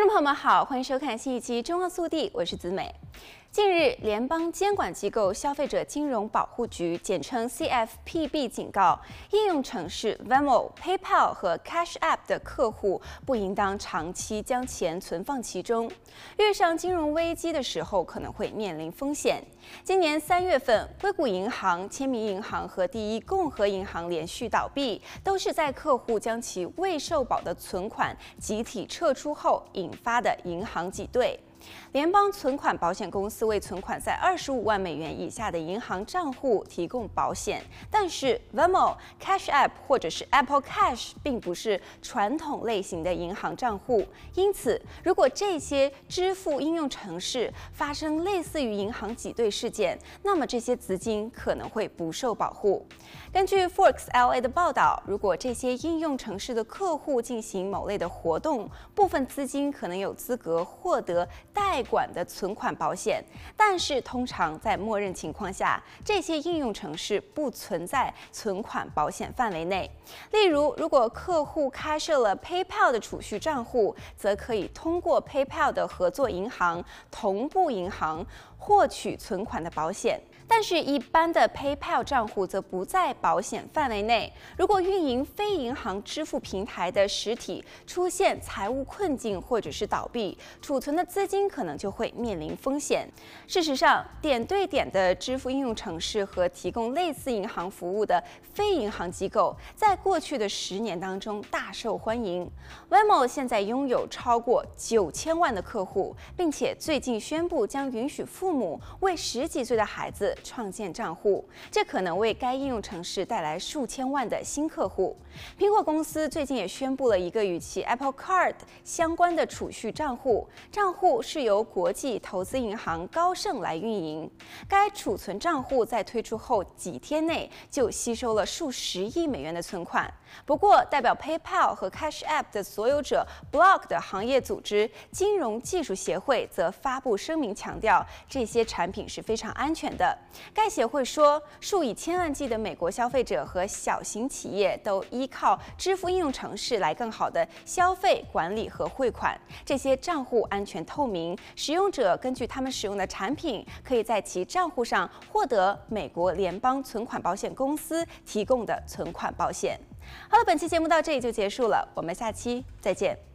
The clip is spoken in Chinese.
众朋友们好，欢迎收看新一期《中澳速递》，我是子美。近日，联邦监管机构消费者金融保护局（简称 CFPB） 警告，应用程式 Venmo、PayPal 和 Cash App 的客户不应当长期将钱存放其中，遇上金融危机的时候可能会面临风险。今年3月份，硅谷银行、签名银行和第一共和银行连续倒闭，都是在客户将其未受保的存款集体撤出后引发的银行挤兑。联邦存款保险公司为存款在25万美元以下的银行账户提供保险，但是 Venmo、Cash App 或者是 Apple Cash 并不是传统类型的银行账户，因此，如果这些支付应用程式发生类似于银行挤兑事件，那么这些资金可能会不受保护。根据 Forex LA 的报道，如果这些应用程式的客户进行某类的活动，部分资金可能有资格获得代管的存款保险，但是通常在默认情况下，这些应用程式不存在存款保险范围内。例如，如果客户开设了 PayPal 的储蓄账户，则可以通过 PayPal 的合作银行、同步银行获取存款的保险。但是，一般的 PayPal 账户则不在保险范围内。如果运营非银行支付平台的实体出现财务困境或者是倒闭，储存的资金可能就会面临风险。事实上，点对点的支付应用程式和提供类似银行服务的非银行机构，在过去的10年当中大受欢迎。Venmo 现在拥有超过9000万的客户，并且最近宣布将允许父母为10几岁的孩子创建账户，这可能为该应用程式带来数千万的新客户。苹果公司最近也宣布了一个与其 Apple Card 相关的储蓄账户，账户是由国际投资银行高盛来运营。该储存账户在推出后几天内就吸收了数十亿美元的存款。不过，代表 PayPal 和 Cash App 的所有者 Block 的行业组织金融技术协会则发布声明强调，这些产品是非常安全的。该协会说，数以千万计的美国消费者和小型企业都依靠支付应用程式来更好的消费、管理和汇款。这些账户安全透明，使用者根据他们使用的产品，可以在其账户上获得美国联邦存款保险公司提供的存款保险。好了，本期节目到这里就结束了，我们下期再见。